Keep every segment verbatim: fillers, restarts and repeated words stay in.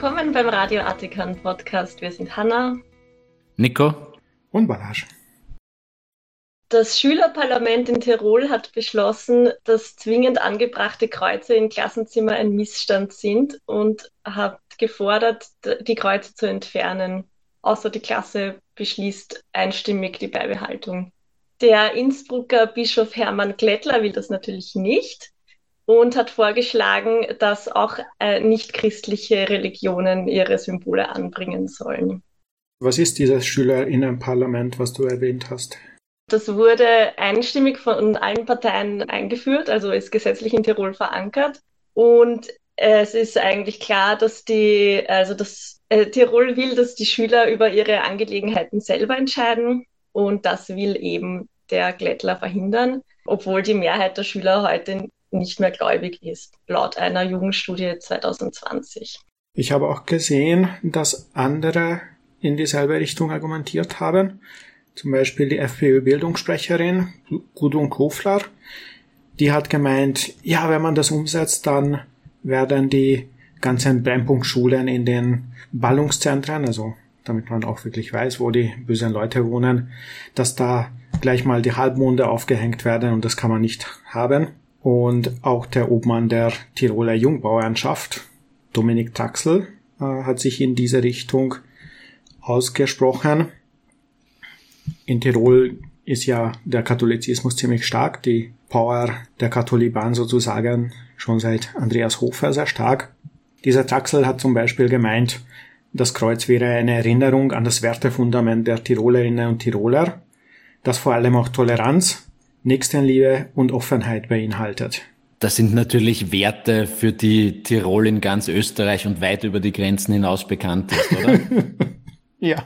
Willkommen beim Radio Attikan Podcast. Wir sind Hanna, Nico und Balázs. Das Schülerparlament in Tirol hat beschlossen, dass zwingend angebrachte Kreuze in Klassenzimmer ein Missstand sind und hat gefordert, die Kreuze zu entfernen. Außer die Klasse beschließt einstimmig die Beibehaltung. Der Innsbrucker Bischof Hermann Glättler will das natürlich nicht und hat vorgeschlagen, dass auch äh, nichtchristliche Religionen ihre Symbole anbringen sollen. Was ist dieses Schülerinnenparlament, was du erwähnt hast? Das wurde einstimmig von allen Parteien eingeführt, also ist gesetzlich in Tirol verankert. Und es ist eigentlich klar, dass die, also das äh, Tirol will, dass die Schüler über ihre Angelegenheiten selber entscheiden. Und das will eben der Glättler verhindern, obwohl die Mehrheit der Schüler heute nicht mehr gläubig ist, laut einer Jugendstudie zwanzig zwanzig. Ich habe auch gesehen, dass andere in dieselbe Richtung argumentiert haben. Zum Beispiel die FPÖ-Bildungssprecherin Gudrun Kofler. Die hat gemeint, ja, wenn man das umsetzt, dann werden die ganzen Brennpunktschulen in den Ballungszentren, also damit man auch wirklich weiß, wo die bösen Leute wohnen, dass da gleich mal die Halbmonde aufgehängt werden und das kann man nicht haben. Und auch der Obmann der Tiroler Jungbauernschaft, Dominik Traxel, äh, hat sich in diese Richtung ausgesprochen. In Tirol ist ja der Katholizismus ziemlich stark, die Power der Katholiken sozusagen schon seit Andreas Hofer sehr stark. Dieser Traxel hat zum Beispiel gemeint, das Kreuz wäre eine Erinnerung an das Wertefundament der Tirolerinnen und Tiroler, das vor allem auch Toleranz, Nächstenliebe und Offenheit beinhaltet. Das sind natürlich Werte, für die Tirol in ganz Österreich und weit über die Grenzen hinaus bekannt ist, oder? Ja,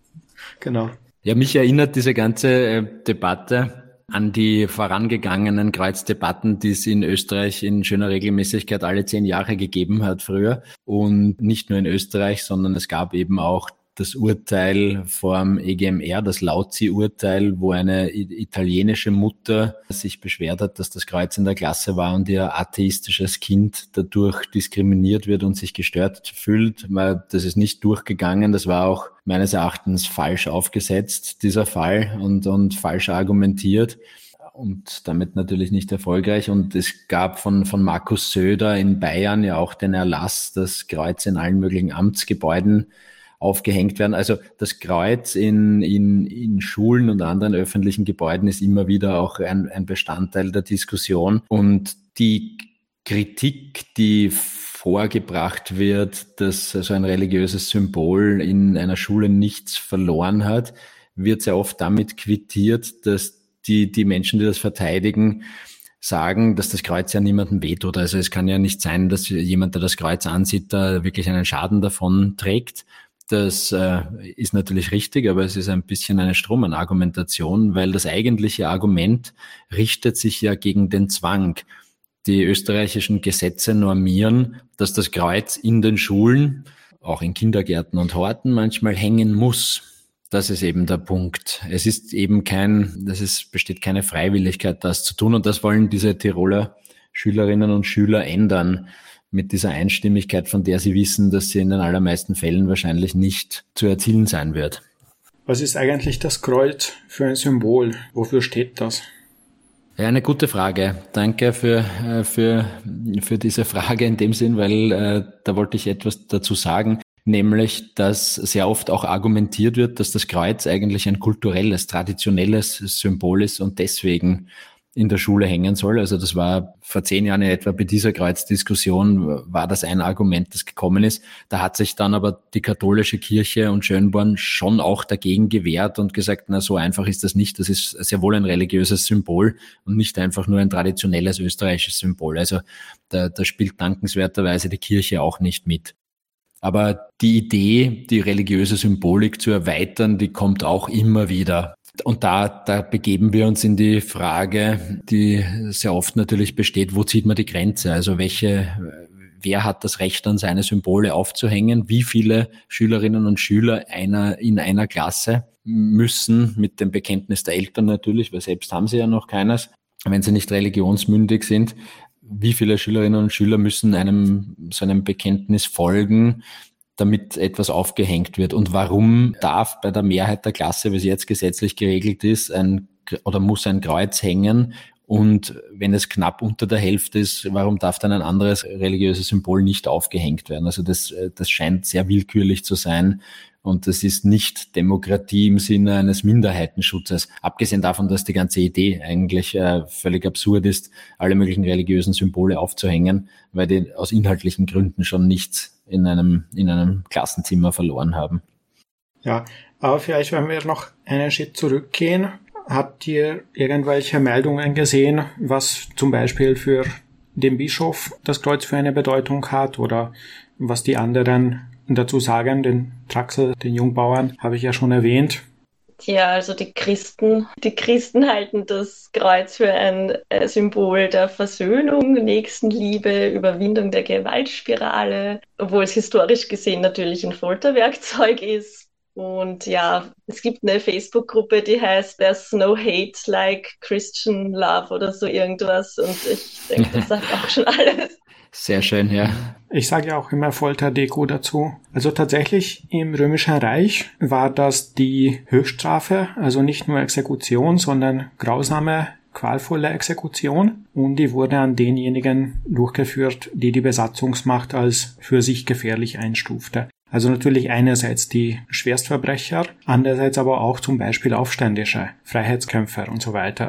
genau. Ja, mich erinnert diese ganze äh, Debatte an die vorangegangenen Kreuzdebatten, die es in Österreich in schöner Regelmäßigkeit alle zehn Jahre gegeben hat früher. Und nicht nur in Österreich, sondern es gab eben auch das Urteil vom E G M R, das Lauzi-Urteil, wo eine italienische Mutter sich beschwert hat, dass das Kreuz in der Klasse war und ihr atheistisches Kind dadurch diskriminiert wird und sich gestört fühlt, weil das ist nicht durchgegangen. Das war auch meines Erachtens falsch aufgesetzt, dieser Fall, und, und falsch argumentiert und damit natürlich nicht erfolgreich. Und es gab von, von Markus Söder in Bayern ja auch den Erlass, das Kreuz in allen möglichen Amtsgebäuden aufgehängt werden. Also das Kreuz in, in, in Schulen und anderen öffentlichen Gebäuden ist immer wieder auch ein, ein Bestandteil der Diskussion. Und die Kritik, die vorgebracht wird, dass so ein religiöses Symbol in einer Schule nichts verloren hat, wird sehr oft damit quittiert, dass die, die Menschen, die das verteidigen, sagen, dass das Kreuz ja niemandem wehtut. Also es kann ja nicht sein, dass jemand, der das Kreuz ansieht, da wirklich einen Schaden davon trägt. Das äh, ist natürlich richtig, aber es ist ein bisschen eine Strohmann-Argumentation, weil das eigentliche Argument richtet sich ja gegen den Zwang. Die österreichischen Gesetze normieren, dass das Kreuz in den Schulen, auch in Kindergärten und Horten manchmal hängen muss. Das ist eben der Punkt. Es ist eben kein, das ist, besteht keine Freiwilligkeit, das zu tun, und das wollen diese Tiroler Schülerinnen und Schüler ändern. Mit dieser Einstimmigkeit, von der sie wissen, dass sie in den allermeisten Fällen wahrscheinlich nicht zu erzielen sein wird. Was ist eigentlich das Kreuz für ein Symbol? Wofür steht das? Ja, eine gute Frage. Danke für, für, für diese Frage in dem Sinn, weil äh, da wollte ich etwas dazu sagen, nämlich, dass sehr oft auch argumentiert wird, dass das Kreuz eigentlich ein kulturelles, traditionelles Symbol ist und deswegen in der Schule hängen soll. Also das war vor zehn Jahren in etwa bei dieser Kreuzdiskussion, war das ein Argument, das gekommen ist. Da hat sich dann aber die katholische Kirche und Schönborn schon auch dagegen gewehrt und gesagt, na, so einfach ist das nicht. Das ist sehr wohl ein religiöses Symbol und nicht einfach nur ein traditionelles österreichisches Symbol. Also da, da spielt dankenswerterweise die Kirche auch nicht mit. Aber die Idee, die religiöse Symbolik zu erweitern, die kommt auch immer wieder. Und da, da begeben wir uns in die Frage, die sehr oft natürlich besteht, wo zieht man die Grenze? Also welche, wer hat das Recht, an seine Symbole aufzuhängen? Wie viele Schülerinnen und Schüler einer, in einer Klasse müssen, mit dem Bekenntnis der Eltern natürlich, weil selbst haben sie ja noch keines, wenn sie nicht religionsmündig sind, wie viele Schülerinnen und Schüler müssen einem so einem Bekenntnis folgen, damit etwas aufgehängt wird. Und warum darf bei der Mehrheit der Klasse, wie es jetzt gesetzlich geregelt ist, ein oder muss ein Kreuz hängen? Und wenn es knapp unter der Hälfte ist, warum darf dann ein anderes religiöses Symbol nicht aufgehängt werden? Also das, das scheint sehr willkürlich zu sein. Und das ist nicht Demokratie im Sinne eines Minderheitenschutzes. Abgesehen davon, dass die ganze Idee eigentlich äh, völlig absurd ist, alle möglichen religiösen Symbole aufzuhängen, weil die aus inhaltlichen Gründen schon nichts in einem, in einem Klassenzimmer verloren haben. Ja, aber vielleicht, wenn wir noch einen Schritt zurückgehen, habt ihr irgendwelche Meldungen gesehen, was zum Beispiel für den Bischof das Kreuz für eine Bedeutung hat oder was die anderen dazu sagen? Den Traxel, den Jungbauern, habe ich ja schon erwähnt. Ja, also die Christen, die Christen halten das Kreuz für ein äh, Symbol der Versöhnung, Nächstenliebe, Überwindung der Gewaltspirale, obwohl es historisch gesehen natürlich ein Folterwerkzeug ist. Und ja, es gibt eine Facebook-Gruppe, die heißt There's no hate like Christian love oder so irgendwas. Und ich denke, das sagt auch schon alles. Sehr schön, ja. Ich sage ja auch immer Folterdeko dazu. Also tatsächlich im Römischen Reich war das die Höchststrafe, also nicht nur Exekution, sondern grausame, qualvolle Exekution. Und die wurde an denjenigen durchgeführt, die die Besatzungsmacht als für sich gefährlich einstufte. Also natürlich einerseits die Schwerstverbrecher, andererseits aber auch zum Beispiel Aufständische, Freiheitskämpfer und so weiter.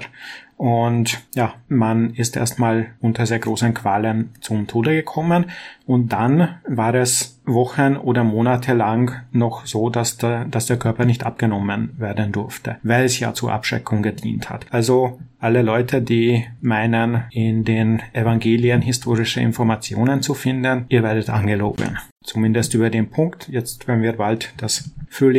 Und ja, man ist erstmal unter sehr großen Qualen zum Tode gekommen und dann war es Wochen oder Monate lang noch so, dass der, dass der Körper nicht abgenommen werden durfte, weil es ja zur Abschreckung gedient hat. Also alle Leute, die meinen, in den Evangelien historische Informationen zu finden, ihr werdet angelogen. Zumindest über den Punkt, jetzt wenn wir bald das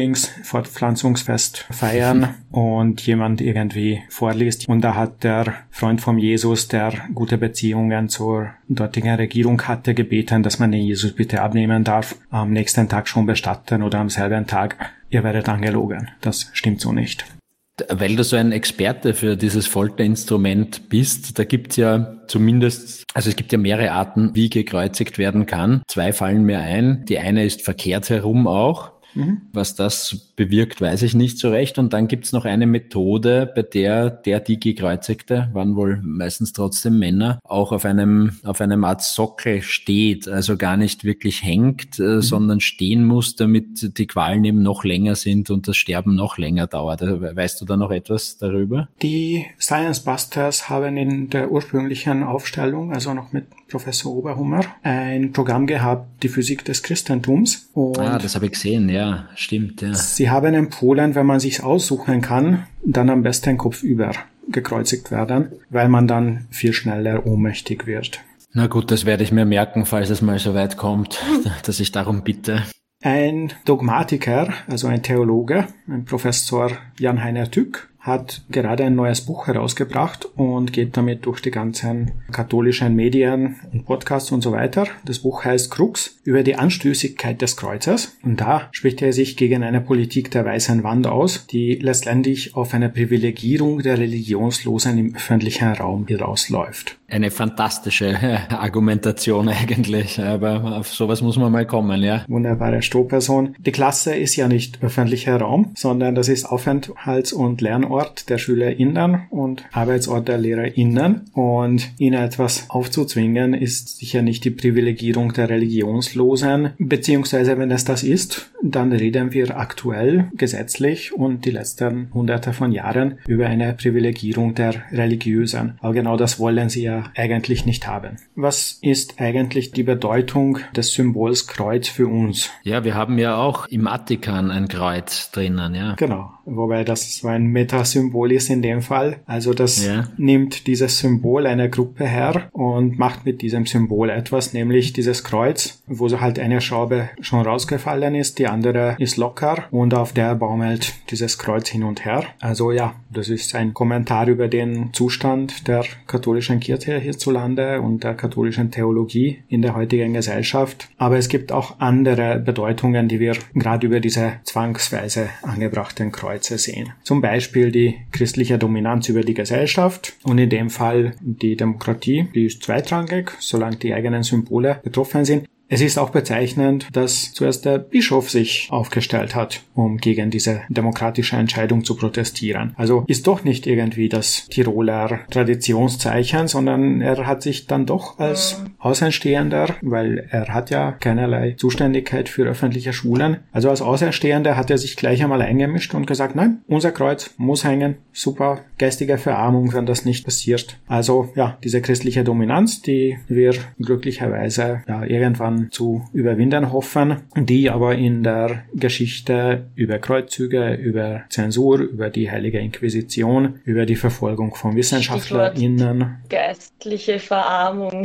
Frühlingsfortpflanzungsfest feiern und jemand irgendwie vorliest und da hat der Freund von Jesus, der gute Beziehungen zur dortigen Regierung hatte, gebeten, dass man den Jesus bitte abnehmen darf, am nächsten Tag schon bestatten oder am selben Tag. Ihr werdet angelogen. Das stimmt so nicht. Weil du so ein Experte für dieses Folterinstrument bist, da gibt's ja zumindest, also es gibt ja mehrere Arten, wie gekreuzigt werden kann. Zwei fallen mir ein. Die eine ist verkehrt herum auch. Mhm. Was das bewirkt, weiß ich nicht so recht. Und dann gibt's noch eine Methode, bei der der, die Gekreuzigte, waren wohl meistens trotzdem Männer, auch auf einem auf einem Art Sockel steht, also gar nicht wirklich hängt, mhm. sondern stehen muss, damit die Qualen eben noch länger sind und das Sterben noch länger dauert. Weißt du da noch etwas darüber? Die Science Busters haben in der ursprünglichen Aufstellung, also noch mit Professor Oberhummer, ein Programm gehabt, die Physik des Christentums. Und ah, das habe ich gesehen, ja, stimmt. Ja. Sie haben empfohlen, wenn man sich's aussuchen kann, dann am besten kopfüber gekreuzigt werden, weil man dann viel schneller ohnmächtig wird. Na gut, das werde ich mir merken, falls es mal so weit kommt, dass ich darum bitte. Ein Dogmatiker, also ein Theologe, ein Professor Jan-Heiner Tück, hat gerade ein neues Buch herausgebracht und geht damit durch die ganzen katholischen Medien und Podcasts und so weiter. Das Buch heißt Krux, über die Anstößigkeit des Kreuzes. Und da spricht er sich gegen eine Politik der weißen Wand aus, die letztendlich auf eine Privilegierung der Religionslosen im öffentlichen Raum hinausläuft. Eine fantastische Argumentation eigentlich, aber auf sowas muss man mal kommen, ja. Wunderbare Strohperson. Die Klasse ist ja nicht öffentlicher Raum, sondern das ist Aufenthalts- und Lernort der SchülerInnen und Arbeitsort der LehrerInnen. Und ihnen etwas aufzuzwingen, ist sicher nicht die Privilegierung der Religionslosen, beziehungsweise wenn es das ist, dann reden wir aktuell gesetzlich und die letzten hunderte von Jahren über eine Privilegierung der Religiösen. Aber genau das wollen sie ja eigentlich nicht haben. Was ist eigentlich die Bedeutung des Symbols Kreuz für uns? Ja, wir haben ja auch im Vatikan ein Kreuz drinnen, ja. Genau, wobei das so ein Metasymbol ist in dem Fall. Also das ja. nimmt dieses Symbol einer Gruppe her und macht mit diesem Symbol etwas, nämlich dieses Kreuz, wo so halt eine Schraube schon rausgefallen ist, die andere ist locker und auf der baumelt dieses Kreuz hin und her. Also ja, das ist ein Kommentar über den Zustand der katholischen Kirche hierzulande und der katholischen Theologie in der heutigen Gesellschaft. Aber es gibt auch andere Bedeutungen, die wir gerade über diese zwangsweise angebrachten Kreuze sehen. Zum Beispiel die christliche Dominanz über die Gesellschaft und in dem Fall die Demokratie, die ist zweitrangig, solange die eigenen Symbole betroffen sind. Es ist auch bezeichnend, dass zuerst der Bischof sich aufgestellt hat, um gegen diese demokratische Entscheidung zu protestieren. Also ist doch nicht irgendwie das Tiroler Traditionszeichen, sondern er hat sich dann doch als Außenstehender, weil er hat ja keinerlei Zuständigkeit für öffentliche Schulen, also als Außenstehender hat er sich gleich einmal eingemischt und gesagt, nein, unser Kreuz muss hängen, super, geistige Verarmung, wenn das nicht passiert. Also ja, diese christliche Dominanz, die wir glücklicherweise ja irgendwann zu überwinden hoffen, die aber in der Geschichte über Kreuzzüge, über Zensur, über die Heilige Inquisition, über die Verfolgung von WissenschaftlerInnen. Geistliche Verarmung.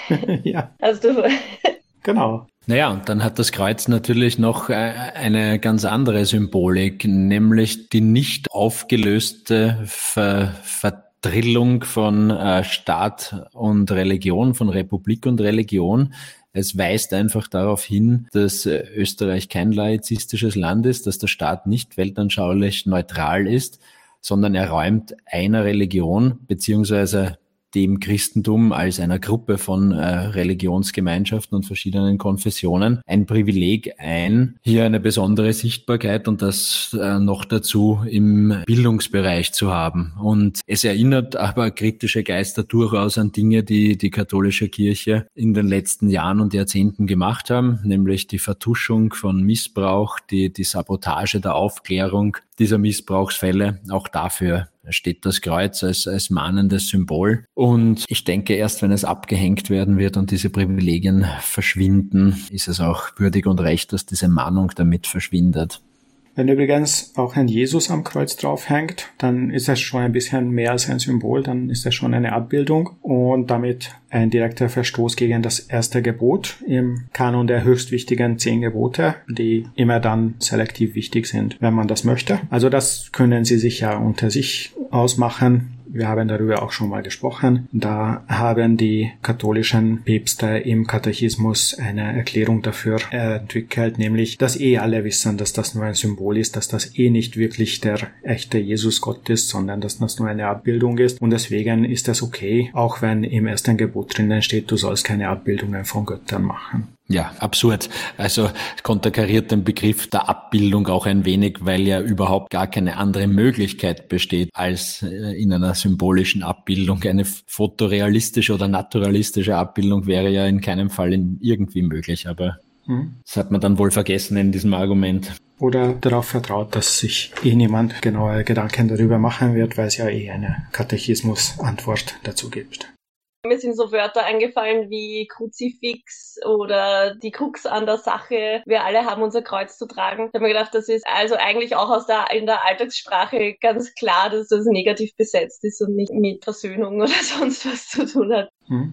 Ja. Also du Genau. Naja, und dann hat das Kreuz natürlich noch eine ganz andere Symbolik, nämlich die nicht aufgelöste Ver- Verdrillung von äh, Staat und Religion, von Republik und Religion. Es weist einfach darauf hin, dass Österreich kein laizistisches Land ist, dass der Staat nicht weltanschaulich neutral ist, sondern er räumt einer Religion beziehungsweise dem Christentum als einer Gruppe von äh, Religionsgemeinschaften und verschiedenen Konfessionen ein Privileg ein, hier eine besondere Sichtbarkeit und das äh, noch dazu im Bildungsbereich zu haben. Und es erinnert aber kritische Geister durchaus an Dinge, die die katholische Kirche in den letzten Jahren und Jahrzehnten gemacht haben, nämlich die Vertuschung von Missbrauch, die, die Sabotage der Aufklärung dieser Missbrauchsfälle. Auch dafür steht das Kreuz als, als mahnendes Symbol. Und ich denke, erst wenn es abgehängt werden wird und diese Privilegien verschwinden, ist es auch würdig und recht, dass diese Mahnung damit verschwindet. Wenn übrigens auch ein Jesus am Kreuz draufhängt, dann ist es schon ein bisschen mehr als ein Symbol, dann ist es schon eine Abbildung und damit ein direkter Verstoß gegen das erste Gebot im Kanon der höchst wichtigen zehn Gebote, die immer dann selektiv wichtig sind, wenn man das möchte. Also das können Sie sich ja unter sich ausmachen. Wir haben darüber auch schon mal gesprochen. Da haben die katholischen Päpste im Katechismus eine Erklärung dafür entwickelt, nämlich, dass eh alle wissen, dass das nur ein Symbol ist, dass das eh nicht wirklich der echte Jesus Gott ist, sondern dass das nur eine Abbildung ist. Und deswegen ist das okay, auch wenn im ersten Gebot drinnen steht, du sollst keine Abbildungen von Göttern machen. Ja, absurd. Also konterkariert den Begriff der Abbildung auch ein wenig, weil ja überhaupt gar keine andere Möglichkeit besteht, als in einer symbolischen Abbildung. Eine fotorealistische oder naturalistische Abbildung wäre ja in keinem Fall irgendwie möglich, aber hm. das hat man dann wohl vergessen in diesem Argument. Oder darauf vertraut, dass sich eh niemand genaue Gedanken darüber machen wird, weil es ja eh eine Katechismus-Antwort dazu gibt. Mir sind so Wörter eingefallen wie Kruzifix oder die Krux an der Sache. Wir alle haben unser Kreuz zu tragen. Ich habe mir gedacht, das ist also eigentlich auch aus der, in der Alltagssprache ganz klar, dass das negativ besetzt ist und nicht mit Versöhnung oder sonst was zu tun hat.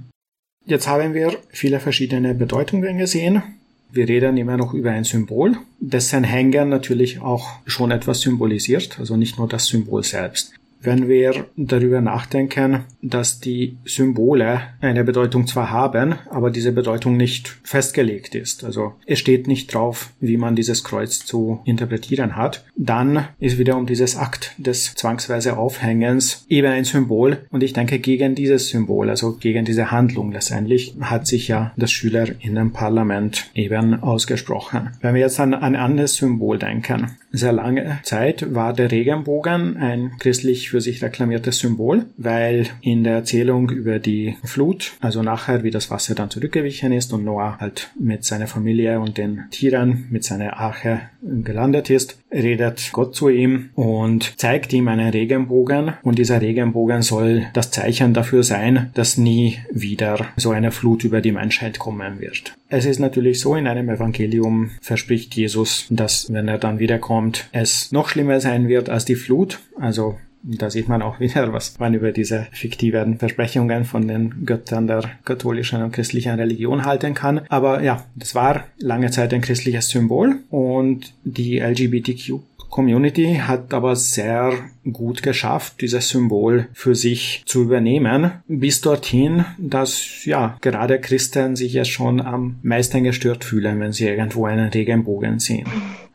Jetzt haben wir viele verschiedene Bedeutungen gesehen. Wir reden immer noch über ein Symbol, dessen Hängen natürlich auch schon etwas symbolisiert, also nicht nur das Symbol selbst. Wenn wir darüber nachdenken, dass die Symbole eine Bedeutung zwar haben, aber diese Bedeutung nicht festgelegt ist, also es steht nicht drauf, wie man dieses Kreuz zu interpretieren hat, dann ist wiederum dieses Akt des zwangsweise Aufhängens eben ein Symbol und ich denke, gegen dieses Symbol, also gegen diese Handlung letztendlich, hat sich ja das Schülerinnenparlament eben ausgesprochen. Wenn wir jetzt an ein anderes Symbol denken, sehr lange Zeit war der Regenbogen ein christlich für sich reklamiertes Symbol, weil in der Erzählung über die Flut, also nachher, wie das Wasser dann zurückgewichen ist und Noah halt mit seiner Familie und den Tieren mit seiner Arche gelandet ist, redet Gott zu ihm und zeigt ihm einen Regenbogen und dieser Regenbogen soll das Zeichen dafür sein, dass nie wieder so eine Flut über die Menschheit kommen wird. Es ist natürlich so, in einem Evangelium verspricht Jesus, dass, wenn er dann wiederkommt, es noch schlimmer sein wird als die Flut, also da sieht man auch wieder, was man über diese fiktiven Versprechungen von den Göttern der katholischen und christlichen Religion halten kann. Aber ja, das war lange Zeit ein christliches Symbol und die L G B T Q-Community hat aber sehr gut geschafft, dieses Symbol für sich zu übernehmen, bis dorthin, dass ja gerade Christen sich ja schon am meisten gestört fühlen, wenn sie irgendwo einen Regenbogen sehen.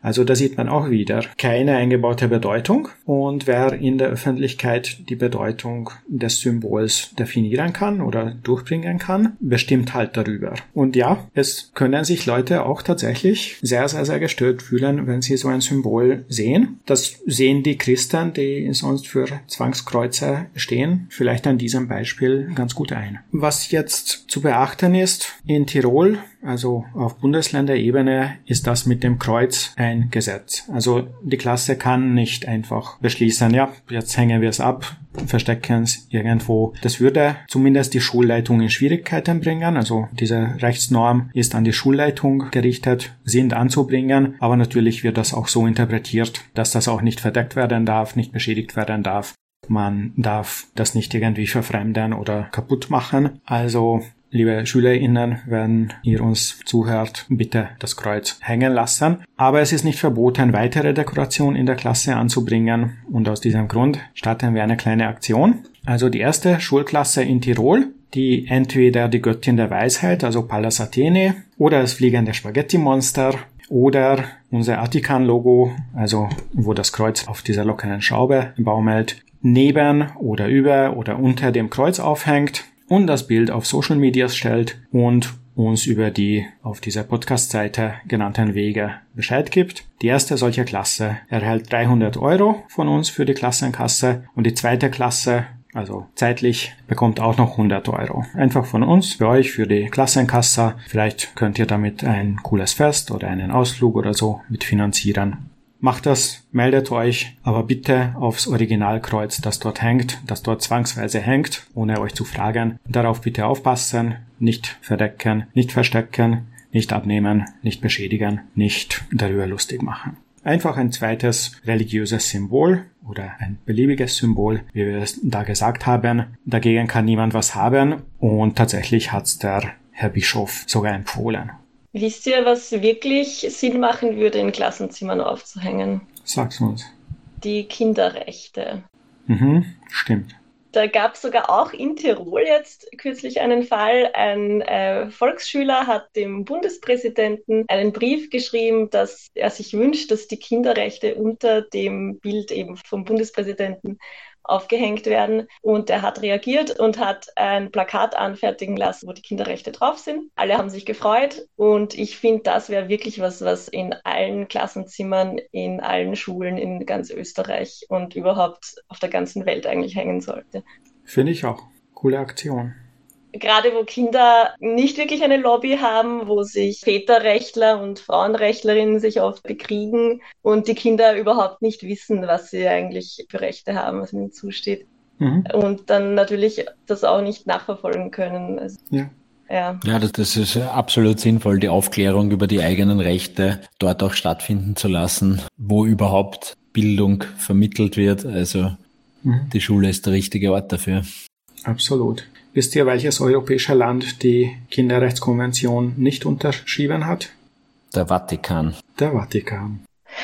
Also da sieht man auch wieder keine eingebaute Bedeutung. Und wer in der Öffentlichkeit die Bedeutung des Symbols definieren kann oder durchbringen kann, bestimmt halt darüber. Und ja, es können sich Leute auch tatsächlich sehr, sehr, sehr gestört fühlen, wenn sie so ein Symbol sehen. Das sehen die Christen, die sonst für Zwangskreuze stehen, vielleicht an diesem Beispiel ganz gut ein. Was jetzt zu beachten ist, in Tirol, also auf Bundesländerebene, ist das mit dem Kreuz ein Gesetz. Also die Klasse kann nicht einfach beschließen, ja, jetzt hängen wir es ab, verstecken es irgendwo. Das würde zumindest die Schulleitung in Schwierigkeiten bringen. Also diese Rechtsnorm ist an die Schulleitung gerichtet, sind anzubringen, aber natürlich wird das auch so interpretiert, dass das auch nicht verdeckt werden darf, nicht beschädigt werden darf. Man darf das nicht irgendwie verfremden oder kaputt machen. Also, liebe SchülerInnen, wenn ihr uns zuhört, bitte das Kreuz hängen lassen. Aber es ist nicht verboten, weitere Dekoration in der Klasse anzubringen. Und aus diesem Grund starten wir eine kleine Aktion. Also die erste Schulklasse in Tirol, die entweder die Göttin der Weisheit, also Pallas Athene, oder das fliegende Spaghetti-Monster, oder unser Vatikan-Logo, also wo das Kreuz auf dieser lockeren Schraube baumelt, neben oder über oder unter dem Kreuz aufhängt und das Bild auf Social Media stellt und uns über die auf dieser Podcast-Seite genannten Wege Bescheid gibt. Die erste solche Klasse erhält dreihundert Euro von uns für die Klassenkasse und die zweite Klasse, also zeitlich, bekommt auch noch hundert Euro. Einfach von uns, für euch, für die Klassenkasse. Vielleicht könnt ihr damit ein cooles Fest oder einen Ausflug oder so mitfinanzieren. Macht das, meldet euch, aber bitte aufs Originalkreuz, das dort hängt, das dort zwangsweise hängt, ohne euch zu fragen. Darauf bitte aufpassen, nicht verdecken, nicht verstecken, nicht abnehmen, nicht beschädigen, nicht darüber lustig machen. Einfach ein zweites religiöses Symbol oder ein beliebiges Symbol, wie wir es da gesagt haben. Dagegen kann niemand was haben und tatsächlich hat's der Herr Bischof sogar empfohlen. Wisst ihr, was wirklich Sinn machen würde, in Klassenzimmern aufzuhängen? Sag's uns. Die Kinderrechte. Mhm, stimmt. Da gab es sogar auch in Tirol jetzt kürzlich einen Fall. Ein äh, Volksschüler hat dem Bundespräsidenten einen Brief geschrieben, dass er sich wünscht, dass die Kinderrechte unter dem Bild eben vom Bundespräsidenten aufgehängt werden. Und er hat reagiert und hat ein Plakat anfertigen lassen, wo die Kinderrechte drauf sind. Alle haben sich gefreut und ich finde, das wäre wirklich was, was in allen Klassenzimmern, in allen Schulen in ganz Österreich und überhaupt auf der ganzen Welt eigentlich hängen sollte. Finde ich auch. Coole Aktion. Gerade wo Kinder nicht wirklich eine Lobby haben, wo sich Väterrechtler und Frauenrechtlerinnen sich oft bekriegen und die Kinder überhaupt nicht wissen, was sie eigentlich für Rechte haben, was ihnen zusteht. Mhm. Und dann natürlich das auch nicht nachverfolgen können. Also, ja. Ja, ja das, das ist absolut sinnvoll, die Aufklärung über die eigenen Rechte dort auch stattfinden zu lassen, wo überhaupt Bildung vermittelt wird. Also mhm. die Schule ist der richtige Ort dafür. Absolut. Wisst ihr, welches europäische Land die Kinderrechtskonvention nicht unterschrieben hat? Der Vatikan. Der Vatikan.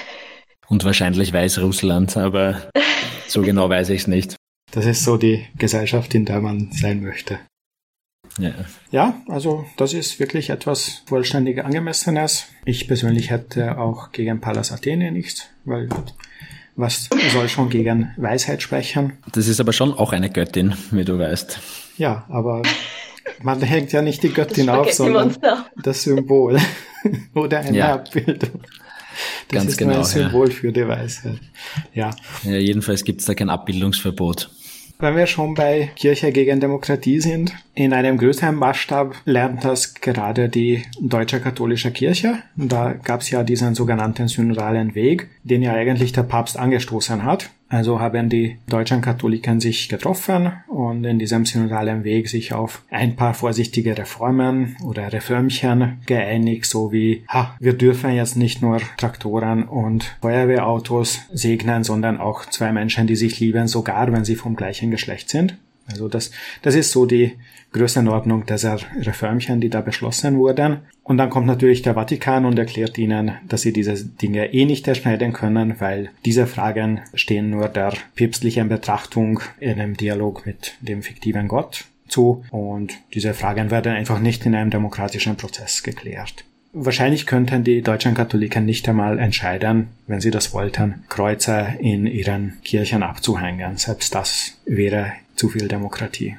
Und wahrscheinlich Weißrussland, aber so genau weiß ich es nicht. Das ist so die Gesellschaft, in der man sein möchte. Ja. Ja, also das ist wirklich etwas vollständig Angemessenes. Ich persönlich hätte auch gegen Pallas Athene nichts, weil was soll schon gegen Weisheit sprechen? Das ist aber schon auch eine Göttin, wie du weißt. Ja, aber man hängt ja nicht die Göttin auf, sondern das Symbol oder eine ja. Abbildung. Das Ganz ist genau, ein Symbol ja. für die Weisheit. Ja. Ja, jedenfalls gibt es da kein Abbildungsverbot. Wenn wir schon bei Kirche gegen Demokratie sind, in einem größeren Maßstab lernt das gerade die Deutsche Katholische Kirche. Da gab es ja diesen sogenannten synodalen Weg, den ja eigentlich der Papst angestoßen hat. Also haben die deutschen Katholiken sich getroffen und in diesem synodalen Weg sich auf ein paar vorsichtige Reformen oder Reformchen geeinigt, so wie, ha, wir dürfen jetzt nicht nur Traktoren und Feuerwehrautos segnen, sondern auch zwei Menschen, die sich lieben, sogar wenn sie vom gleichen Geschlecht sind. Also das, das ist so die Größenordnung dieser Reformchen, die da beschlossen wurden. Und dann kommt natürlich der Vatikan und erklärt ihnen, dass sie diese Dinge eh nicht erschneiden können, weil diese Fragen stehen nur der päpstlichen Betrachtung in einem Dialog mit dem fiktiven Gott zu. Und diese Fragen werden einfach nicht in einem demokratischen Prozess geklärt. wahrscheinlich könnten die deutschen Katholiken nicht einmal entscheiden, wenn sie das wollten, Kreuze in ihren Kirchen abzuhängen. Selbst das wäre zu viel Demokratie.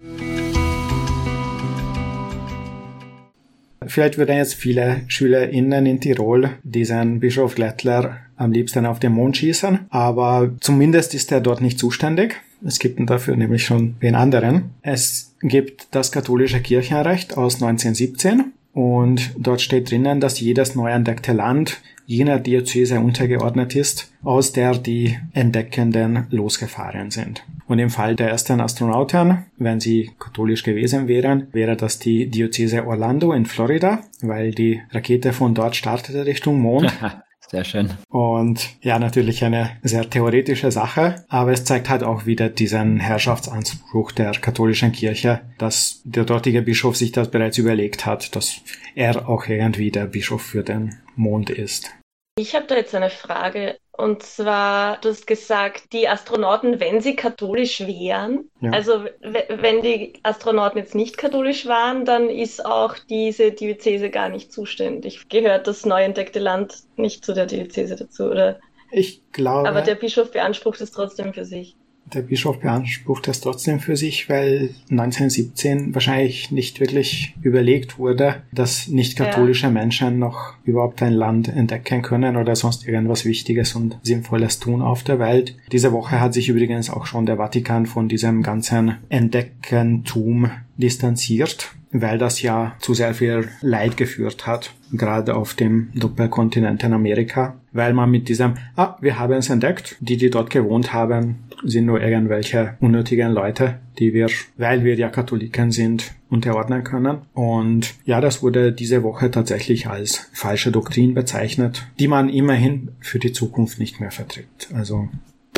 Vielleicht würden jetzt viele SchülerInnen in Tirol diesen Bischof Glättler am liebsten auf den Mond schießen, aber zumindest ist er dort nicht zuständig. Es gibt dafür nämlich schon wen anderen. Es gibt das katholische Kirchenrecht aus neunzehnhundertsiebzehn und dort steht drinnen, dass jedes neu entdeckte Land jener Diözese untergeordnet ist, aus der die Entdeckenden losgefahren sind. Und im Fall der ersten Astronauten, wenn sie katholisch gewesen wären, wäre das die Diözese Orlando in Florida, weil die Rakete von dort startete Richtung Mond. Sehr schön. Und ja, natürlich eine sehr theoretische Sache, aber es zeigt halt auch wieder diesen Herrschaftsanspruch der katholischen Kirche, dass der dortige Bischof sich das bereits überlegt hat, dass er auch irgendwie der Bischof für den Mond ist. Ich habe da jetzt eine Frage, und zwar, du hast gesagt, die Astronauten, wenn sie katholisch wären, ja. Also w- wenn die Astronauten jetzt nicht katholisch waren, dann ist auch diese Diözese gar nicht zuständig. Gehört das neu entdeckte Land nicht zu der Diözese dazu, oder? Ich glaube... Aber der Bischof beansprucht es trotzdem für sich. Der Bischof beansprucht das trotzdem für sich, weil neunzehnhundertsiebzehn wahrscheinlich nicht wirklich überlegt wurde, dass nicht katholische ja. Menschen noch überhaupt ein Land entdecken können oder sonst irgendwas Wichtiges und Sinnvolles tun auf der Welt. Diese Woche hat sich übrigens auch schon der Vatikan von diesem ganzen Entdeckentum distanziert, weil das ja zu sehr viel Leid geführt hat, gerade auf dem Doppelkontinent in Amerika, weil man mit diesem, ah, wir haben es entdeckt, die, die dort gewohnt haben, sind nur irgendwelche unnötigen Leute, die wir, weil wir ja Katholiken sind, unterordnen können. Und ja, das wurde diese Woche tatsächlich als falsche Doktrin bezeichnet, die man immerhin für die Zukunft nicht mehr vertritt. Also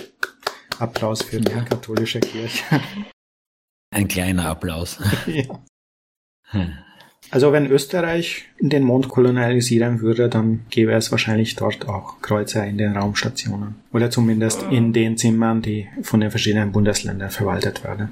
Applaus für die katholische Kirche. Ein kleiner Applaus. Ja. Hm. Also wenn Österreich den Mond kolonialisieren würde, dann gäbe es wahrscheinlich dort auch Kreuze in den Raumstationen. Oder zumindest in den Zimmern, die von den verschiedenen Bundesländern verwaltet werden.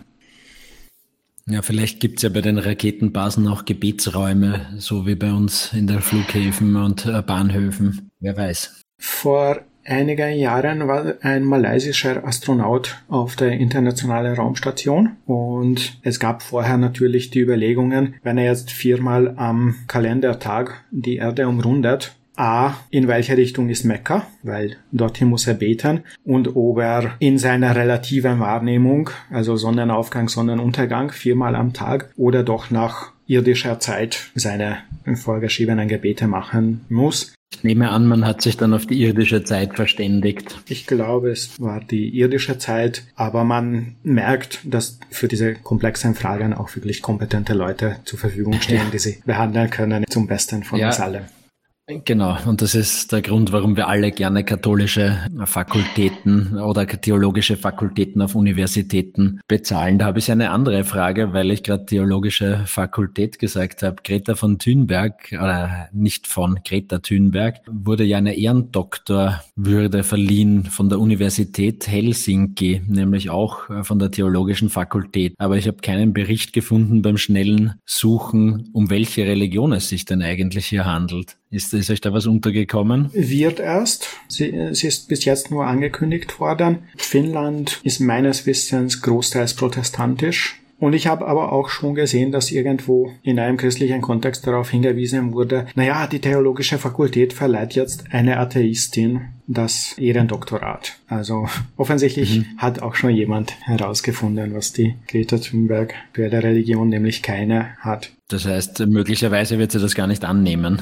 Ja, vielleicht gibt's ja bei den Raketenbasen auch Gebetsräume, so wie bei uns in den Flughäfen und Bahnhöfen. Wer weiß. Vor einigen Jahren war ein malaysischer Astronaut auf der internationalen Raumstation und es gab vorher natürlich die Überlegungen, wenn er jetzt viermal am Kalendertag die Erde umrundet, A, in welche Richtung ist Mekka, weil dorthin muss er beten, und ob er in seiner relativen Wahrnehmung, also Sonnenaufgang, Sonnenuntergang, viermal am Tag oder doch nach irdischer Zeit seine vorgeschriebenen Gebete machen muss. Ich nehme an, man hat sich dann auf die irdische Zeit verständigt. Ich glaube, es war die irdische Zeit, aber man merkt, dass für diese komplexen Fragen auch wirklich kompetente Leute zur Verfügung stehen, ja. die sie behandeln können zum Besten von ja. uns allen. Genau, und das ist der Grund, warum wir alle gerne katholische Fakultäten oder theologische Fakultäten auf Universitäten bezahlen. Da habe ich eine andere Frage, weil ich gerade theologische Fakultät gesagt habe. Greta von Thunberg, oder nicht von Greta Thunberg, wurde ja eine Ehrendoktorwürde verliehen von der Universität Helsinki, nämlich auch von der theologischen Fakultät. Aber ich habe keinen Bericht gefunden beim schnellen Suchen, um welche Religion es sich denn eigentlich hier handelt. Ist, ist euch da was untergekommen? Wird erst. Sie, sie ist bis jetzt nur angekündigt worden. Finnland ist meines Wissens großteils protestantisch. Und ich habe aber auch schon gesehen, dass irgendwo in einem christlichen Kontext darauf hingewiesen wurde, naja, die theologische Fakultät verleiht jetzt eine Atheistin das Ehrendoktorat. Also offensichtlich mhm. hat auch schon jemand herausgefunden, was die Greta Thunberg für eine Religion nämlich keine hat. Das heißt, möglicherweise wird sie das gar nicht annehmen.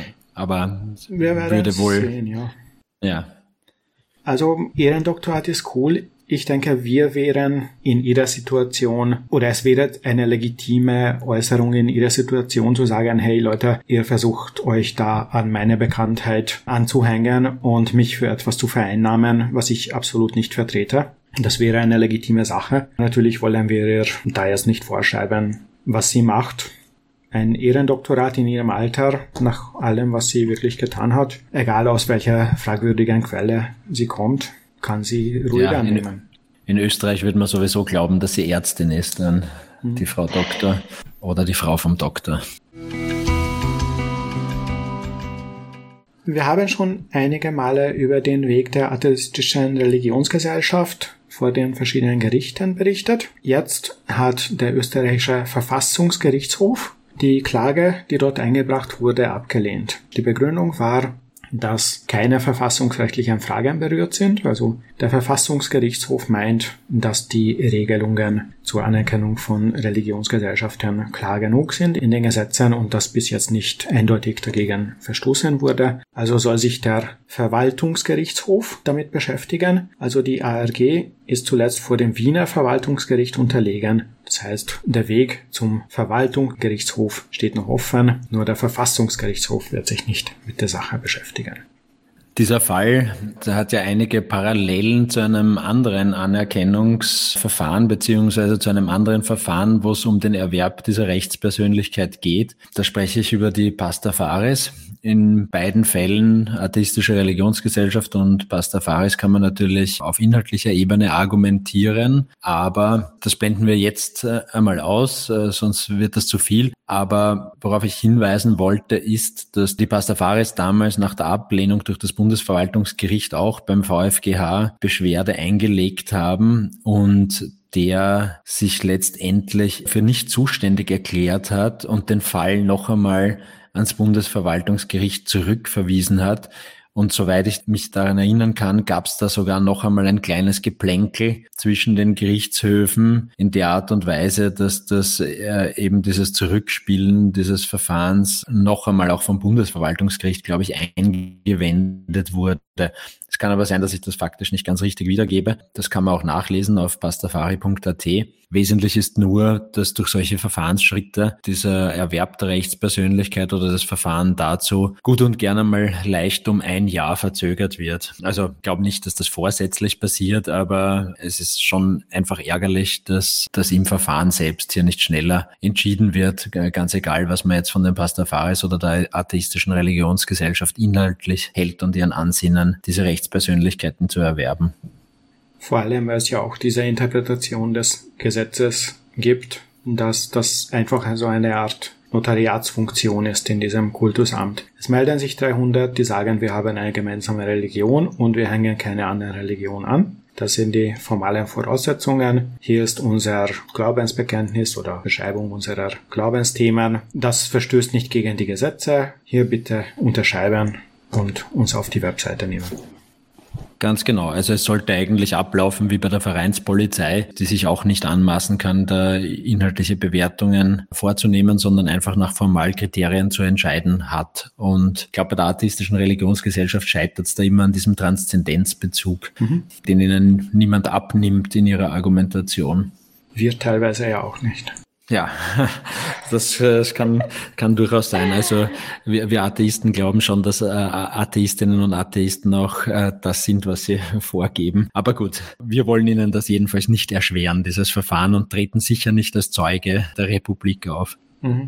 Aber wir werden würde wohl sehen, ja. Ja. Also Ehrendoktorat ist cool. Ich denke, wir wären in ihrer Situation, oder es wäre eine legitime Äußerung in ihrer Situation zu sagen, hey Leute, ihr versucht euch da an meine Bekanntheit anzuhängen und mich für etwas zu vereinnahmen, was ich absolut nicht vertrete. Das wäre eine legitime Sache. Natürlich wollen wir ihr da jetzt nicht vorschreiben, was sie macht. Ein Ehrendoktorat in ihrem Alter, nach allem, was sie wirklich getan hat, egal aus welcher fragwürdigen Quelle sie kommt, kann sie ruhig ja, annehmen. In, in Österreich würde man sowieso glauben, dass sie Ärztin ist, dann hm. die Frau Doktor oder die Frau vom Doktor. Wir haben schon einige Male über den Weg der atheistischen Religionsgesellschaft vor den verschiedenen Gerichten berichtet. Jetzt hat der österreichische Verfassungsgerichtshof die Klage, die dort eingebracht wurde, abgelehnt. Die Begründung war, dass keine verfassungsrechtlichen Fragen berührt sind. Also der Verfassungsgerichtshof meint, dass die Regelungen zur Anerkennung von Religionsgesellschaften klar genug sind in den Gesetzen und dass bis jetzt nicht eindeutig dagegen verstoßen wurde. Also soll sich der Verwaltungsgerichtshof damit beschäftigen. Also die A R G ist zuletzt vor dem Wiener Verwaltungsgericht unterlegen. Das heißt, der Weg zum Verwaltungsgerichtshof steht noch offen, nur der Verfassungsgerichtshof wird sich nicht mit der Sache beschäftigen. Dieser Fall, der hat ja einige Parallelen zu einem anderen Anerkennungsverfahren beziehungsweise zu einem anderen Verfahren, wo es um den Erwerb dieser Rechtspersönlichkeit geht. Da spreche ich über die Pastafaris. In beiden Fällen, atheistische Religionsgesellschaft und Pastafaris, kann man natürlich auf inhaltlicher Ebene argumentieren, aber das blenden wir jetzt einmal aus, sonst wird das zu viel. Aber worauf ich hinweisen wollte, ist, dass die Pastafaris damals nach der Ablehnung durch das Bundesverwaltungsgericht auch beim V f G H Beschwerde eingelegt haben und der sich letztendlich für nicht zuständig erklärt hat und den Fall noch einmal ans Bundesverwaltungsgericht zurückverwiesen hat. Und soweit ich mich daran erinnern kann, gab es da sogar noch einmal ein kleines Geplänkel zwischen den Gerichtshöfen in der Art und Weise, dass das äh, eben dieses Zurückspielen dieses Verfahrens noch einmal auch vom Bundesverwaltungsgericht, glaube ich, eingewendet wurde. Es kann aber sein, dass ich das faktisch nicht ganz richtig wiedergebe. Das kann man auch nachlesen auf pastafari punkt a t. Wesentlich ist nur, dass durch solche Verfahrensschritte dieser Erwerb der Rechtspersönlichkeit oder das Verfahren dazu gut und gerne mal leicht um ein Jahr verzögert wird. Also ich glaube nicht, dass das vorsätzlich passiert, aber es ist schon einfach ärgerlich, dass das im Verfahren selbst hier nicht schneller entschieden wird, ganz egal, was man jetzt von den Pastafaris oder der atheistischen Religionsgesellschaft inhaltlich hält und ihren Ansinnen, diese Rechtspersönlichkeiten zu erwerben. Vor allem, weil es ja auch diese Interpretation des Gesetzes gibt, dass das einfach so eine Art Notariatsfunktion ist in diesem Kultusamt. Es melden sich dreihundert, die sagen, wir haben eine gemeinsame Religion und wir hängen keine andere Religion an. Das sind die formalen Voraussetzungen. Hier ist unser Glaubensbekenntnis oder Beschreibung unserer Glaubensthemen. Das verstößt nicht gegen die Gesetze. Hier bitte unterschreiben und uns auf die Webseite nehmen. Ganz genau. Also es sollte eigentlich ablaufen wie bei der Vereinspolizei, die sich auch nicht anmaßen kann, da inhaltliche Bewertungen vorzunehmen, sondern einfach nach Formalkriterien zu entscheiden hat. Und ich glaube, bei der atheistischen Religionsgesellschaft scheitert es da immer an diesem Transzendenzbezug, mhm. den ihnen niemand abnimmt in ihrer Argumentation. Wir teilweise ja auch nicht. Ja, das, das kann, kann durchaus sein. Also wir, wir Atheisten glauben schon, dass äh, Atheistinnen und Atheisten auch äh, das sind, was sie vorgeben. Aber gut, wir wollen ihnen das jedenfalls nicht erschweren, dieses Verfahren, und treten sicher nicht als Zeuge der Republik auf. Mhm.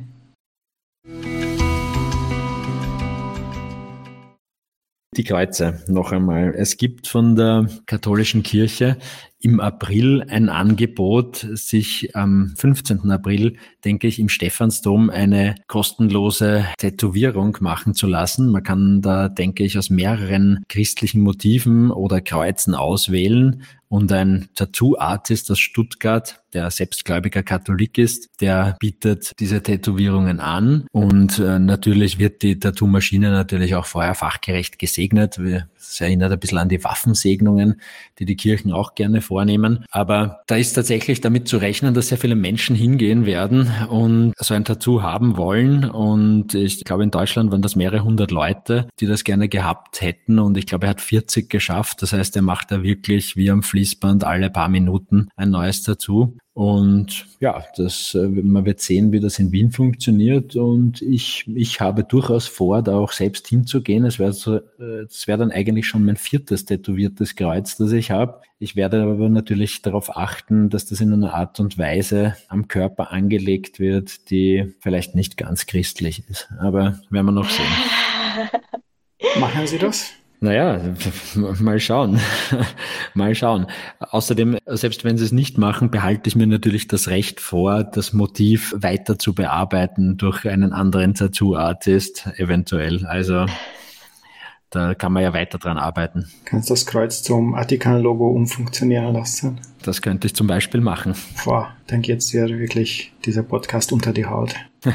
Die Kreuze noch einmal. Es gibt von der katholischen Kirche im April ein Angebot, sich am fünfzehnten April, denke ich, im Stephansdom eine kostenlose Tätowierung machen zu lassen. Man kann da, denke ich, aus mehreren christlichen Motiven oder Kreuzen auswählen. Und ein Tattoo-Artist aus Stuttgart, der selbstgläubiger Katholik ist, der bietet diese Tätowierungen an. Und äh, natürlich wird die Tattoo-Maschine natürlich auch vorher fachgerecht gesegnet. Es erinnert ein bisschen an die Waffensegnungen, die die Kirchen auch gerne vornehmen. Aber da ist tatsächlich damit zu rechnen, dass sehr viele Menschen hingehen werden und so ein Tattoo haben wollen. Und ich glaube, in Deutschland waren das mehrere hundert Leute, die das gerne gehabt hätten. Und ich glaube, er hat vierzig geschafft. Das heißt, er macht da wirklich wie am Fließband alle paar Minuten ein neues Tattoo. Und ja, das, man wird sehen, wie das in Wien funktioniert. Und ich, ich habe durchaus vor, da auch selbst hinzugehen. Es wäre so, es wäre dann eigentlich schon mein viertes tätowiertes Kreuz, das ich habe. Ich werde aber natürlich darauf achten, dass das in einer Art und Weise am Körper angelegt wird, die vielleicht nicht ganz christlich ist. Aber werden wir noch sehen. Machen Sie das? Naja, mal schauen. Mal schauen. Außerdem, selbst wenn sie es nicht machen, behalte ich mir natürlich das Recht vor, das Motiv weiter zu bearbeiten durch einen anderen Tattoo-Artist eventuell. Also Da kann man ja weiter dran arbeiten. Kannst das Kreuz zum Vatikan-Logo umfunktionieren lassen? Das könnte ich zum Beispiel machen. Boah, dann geht's dir wirklich dieser Podcast unter die Haut.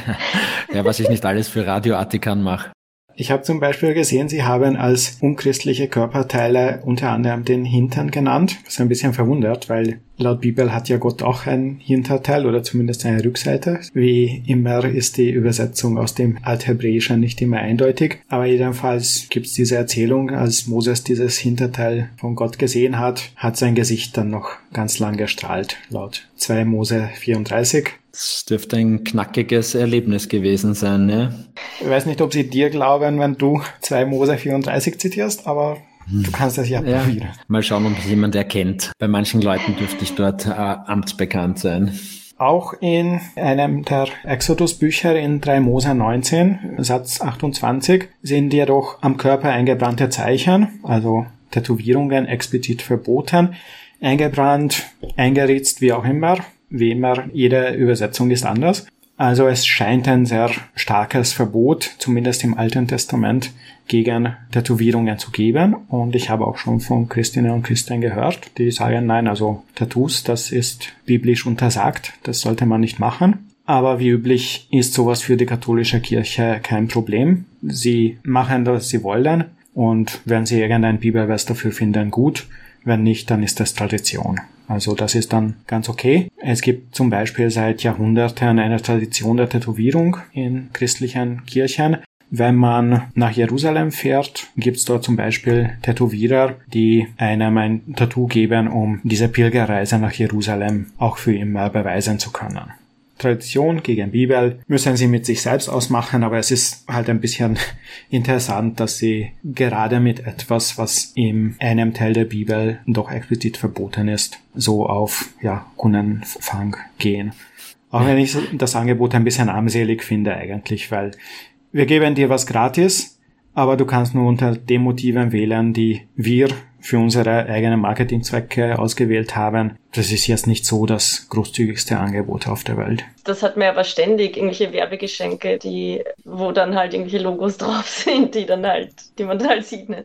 Ja, was ich nicht alles für Radio Vatikan mache. Ich habe zum Beispiel gesehen, Sie haben als unchristliche Körperteile unter anderem den Hintern genannt, was ein bisschen verwundert, weil laut Bibel hat ja Gott auch ein Hinterteil oder zumindest eine Rückseite. Wie immer ist die Übersetzung aus dem Althebräischen nicht immer eindeutig, aber jedenfalls gibt es diese Erzählung, als Moses dieses Hinterteil von Gott gesehen hat, hat sein Gesicht dann noch ganz lang gestrahlt, laut zwei Mose vierunddreißig. Das dürfte ein knackiges Erlebnis gewesen sein, ne? Ich weiß nicht, ob sie dir glauben, wenn du zwei Mose vierunddreißig zitierst, aber hm. du kannst das ja probieren. Ja, mal schauen, ob jemand erkennt. Bei manchen Leuten dürfte ich dort äh, amtsbekannt sein. Auch in einem der Exodus-Bücher in drei Mose neunzehn, Satz achtundzwanzig, sind jedoch am Körper eingebrannte Zeichen, also Tätowierungen explizit verboten, eingebrannt, eingeritzt, wie auch immer. Wie immer, jede Übersetzung ist anders. Also es scheint ein sehr starkes Verbot, zumindest im Alten Testament, gegen Tätowierungen zu geben. Und ich habe auch schon von Christinnen und Christen gehört, die sagen, nein, also Tattoos, das ist biblisch untersagt, das sollte man nicht machen. Aber wie üblich ist sowas für die katholische Kirche kein Problem. Sie machen, was sie wollen. Und wenn sie irgendein Bibelvers dafür finden, gut. Wenn nicht, dann ist das Tradition. Also das ist dann ganz okay. Es gibt zum Beispiel seit Jahrhunderten eine Tradition der Tätowierung in christlichen Kirchen. Wenn man nach Jerusalem fährt, gibt es dort zum Beispiel Tätowierer, die einem ein Tattoo geben, um diese Pilgerreise nach Jerusalem auch für immer beweisen zu können. Tradition gegen Bibel müssen sie mit sich selbst ausmachen, aber es ist halt ein bisschen interessant, dass sie gerade mit etwas, was in einem Teil der Bibel doch explizit verboten ist, so auf ja, Kundenfang gehen. Auch wenn ich das Angebot ein bisschen armselig finde eigentlich, weil wir geben dir was gratis, aber du kannst nur unter den Motiven wählen, die wir für unsere eigenen Marketingzwecke ausgewählt haben. Das ist jetzt nicht so das großzügigste Angebot auf der Welt. Das hat mir aber ständig irgendwelche Werbegeschenke, die, wo dann halt irgendwelche Logos drauf sind, die dann halt, die man dann halt sieht, ne?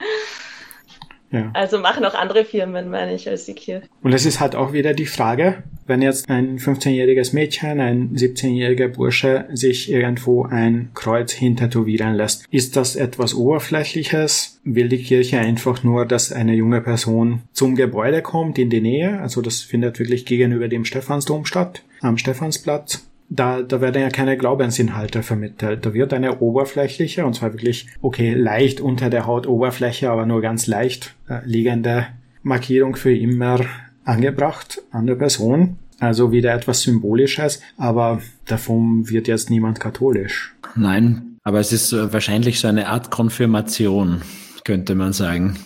Ja. Also machen auch andere Firmen, meine ich, als die Kirche. Und es ist halt auch wieder die Frage, wenn jetzt ein fünfzehnjähriges Mädchen, ein siebzehnjähriger Bursche sich irgendwo ein Kreuz hintätowieren lässt, ist das etwas Oberflächliches? Will die Kirche einfach nur, dass eine junge Person zum Gebäude kommt, in die Nähe? Also das findet wirklich gegenüber dem Stephansdom statt, am Stephansplatz. Da, da werden ja keine Glaubensinhalte vermittelt. Da wird eine oberflächliche, und zwar wirklich, okay, leicht unter der Hautoberfläche, aber nur ganz leicht äh, liegende Markierung für immer angebracht an der Person. Also wieder etwas Symbolisches, aber davon wird jetzt niemand katholisch. Nein, aber es ist wahrscheinlich so eine Art Konfirmation, könnte man sagen.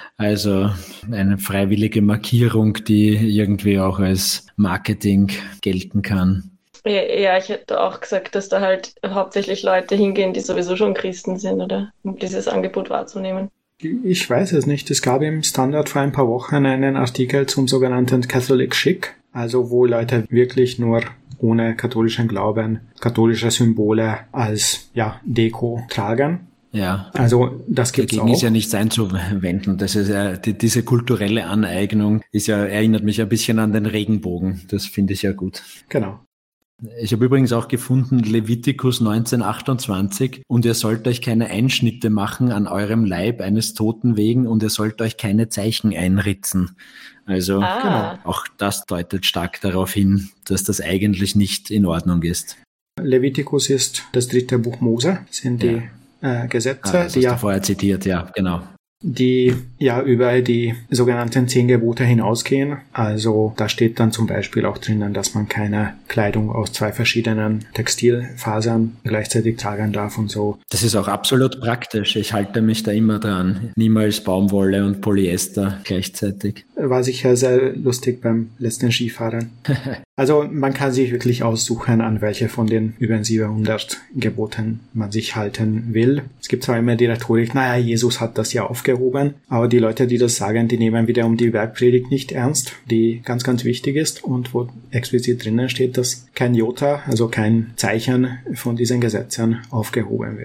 Also eine freiwillige Markierung, die irgendwie auch als Marketing gelten kann. Ja, ich hätte auch gesagt, dass da halt hauptsächlich Leute hingehen, die sowieso schon Christen sind, oder? Um dieses Angebot wahrzunehmen. Ich weiß es nicht. Es gab im Standard vor ein paar Wochen einen Artikel zum sogenannten Catholic Chic, also wo Leute wirklich nur ohne katholischen Glauben katholische Symbole als ja Deko tragen. Ja, also das gibt's dagegen auch. Ist ja nichts einzuwenden. Das ist ja, die, diese kulturelle Aneignung ist ja, erinnert mich ein bisschen an den Regenbogen. Das finde ich ja gut. Genau. Ich habe übrigens auch gefunden, Levitikus neunzehn achtundzwanzig, und ihr sollt euch keine Einschnitte machen an eurem Leib eines Toten wegen, und ihr sollt euch keine Zeichen einritzen. Also ah. genau, auch das deutet stark darauf hin, dass das eigentlich nicht in Ordnung ist. Levitikus ist das dritte Buch Mose, sind die ja. äh, Gesetze. Ah, das die hast ja du vorher zitiert, ja, genau. Die ja über die sogenannten zehn Gebote hinausgehen. Also da steht dann zum Beispiel auch drinnen, dass man keine Kleidung aus zwei verschiedenen Textilfasern gleichzeitig tragen darf und so. Das ist auch absolut praktisch. Ich halte mich da immer dran. Niemals Baumwolle und Polyester gleichzeitig. War sicher sehr lustig beim letzten Skifahren. Also man kann sich wirklich aussuchen, an welche von den über siebenhundert Geboten man sich halten will. Es gibt zwar immer die Rhetorik, naja, Jesus hat das ja aufgehoben, aber die Leute, die das sagen, die nehmen wiederum die Bergpredigt nicht ernst, die ganz, ganz wichtig ist und wo explizit drinnen steht, dass kein Jota, also kein Zeichen von diesen Gesetzen aufgehoben wird.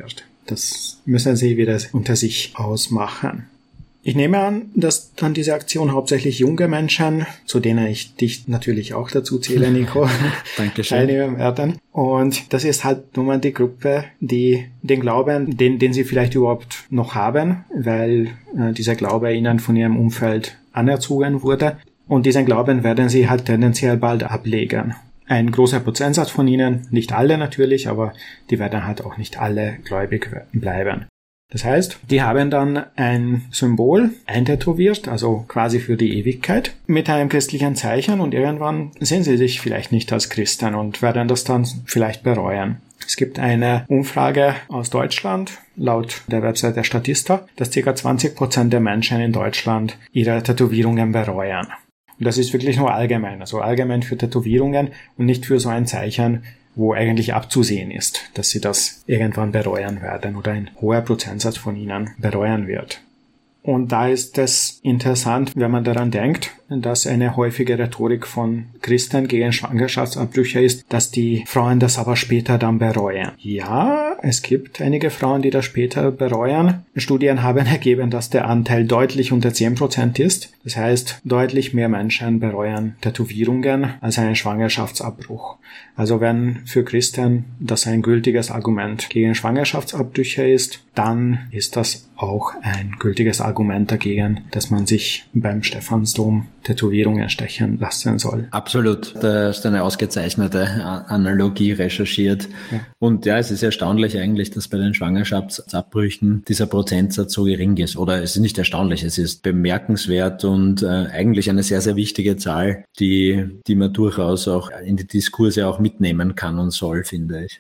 Das müssen sie wieder unter sich ausmachen. Ich nehme an, dass an dieser Aktion hauptsächlich junge Menschen, zu denen ich dich natürlich auch dazu zähle, Nico, teilnehmen werden. Und das ist halt nun mal die Gruppe, die den Glauben, den, den sie vielleicht überhaupt noch haben, weil äh, dieser Glaube ihnen von ihrem Umfeld anerzogen wurde. Und diesen Glauben werden sie halt tendenziell bald ablegen. Ein großer Prozentsatz von ihnen, nicht alle natürlich, aber die werden halt auch nicht alle gläubig bleiben. Das heißt, die haben dann ein Symbol eintätowiert, also quasi für die Ewigkeit, mit einem christlichen Zeichen und irgendwann sehen sie sich vielleicht nicht als Christen und werden das dann vielleicht bereuen. Es gibt eine Umfrage aus Deutschland, laut der Website der Statista, dass ca. zwanzig Prozent der Menschen in Deutschland ihre Tätowierungen bereuen. Und das ist wirklich nur allgemein, also allgemein für Tätowierungen und nicht für so ein Zeichen, wo eigentlich abzusehen ist, dass sie das irgendwann bereuen werden oder ein hoher Prozentsatz von ihnen bereuen wird. Und da ist es interessant, wenn man daran denkt, dass eine häufige Rhetorik von Christen gegen Schwangerschaftsabbrüche ist, dass die Frauen das aber später dann bereuen. Ja, es gibt einige Frauen, die das später bereuen. Studien haben ergeben, dass der Anteil deutlich unter zehn Prozent ist. Das heißt, deutlich mehr Menschen bereuen Tätowierungen als einen Schwangerschaftsabbruch. Also wenn für Christen das ein gültiges Argument gegen Schwangerschaftsabbrüche ist, dann ist das auch ein gültiges Argument dagegen, dass man sich beim Stephansdom Tätowierungen stechen lassen soll. Absolut. Da ist eine ausgezeichnete Analogie recherchiert. Ja. Und ja, es ist erstaunlich eigentlich, dass bei den Schwangerschaftsabbrüchen dieser Prozentsatz so gering ist. Oder es ist nicht erstaunlich, es ist bemerkenswert und äh, eigentlich eine sehr, sehr wichtige Zahl, die, die man durchaus auch in die Diskurse auch mitnehmen kann und soll, finde ich.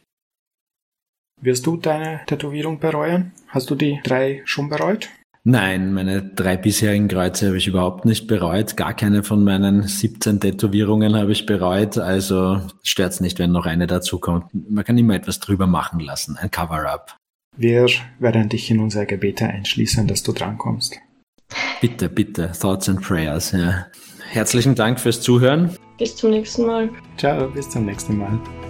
Wirst du deine Tätowierung bereuen? Hast du die drei schon bereut? Nein, meine drei bisherigen Kreuze habe ich überhaupt nicht bereut. Gar keine von meinen siebzehn Tätowierungen habe ich bereut. Also stört's nicht, wenn noch eine dazukommt. Man kann immer etwas drüber machen lassen, ein Cover-up. Wir werden dich in unsere Gebete einschließen, dass du drankommst. Bitte, bitte. Thoughts and Prayers. Ja. Herzlichen Dank fürs Zuhören. Bis zum nächsten Mal. Ciao, bis zum nächsten Mal.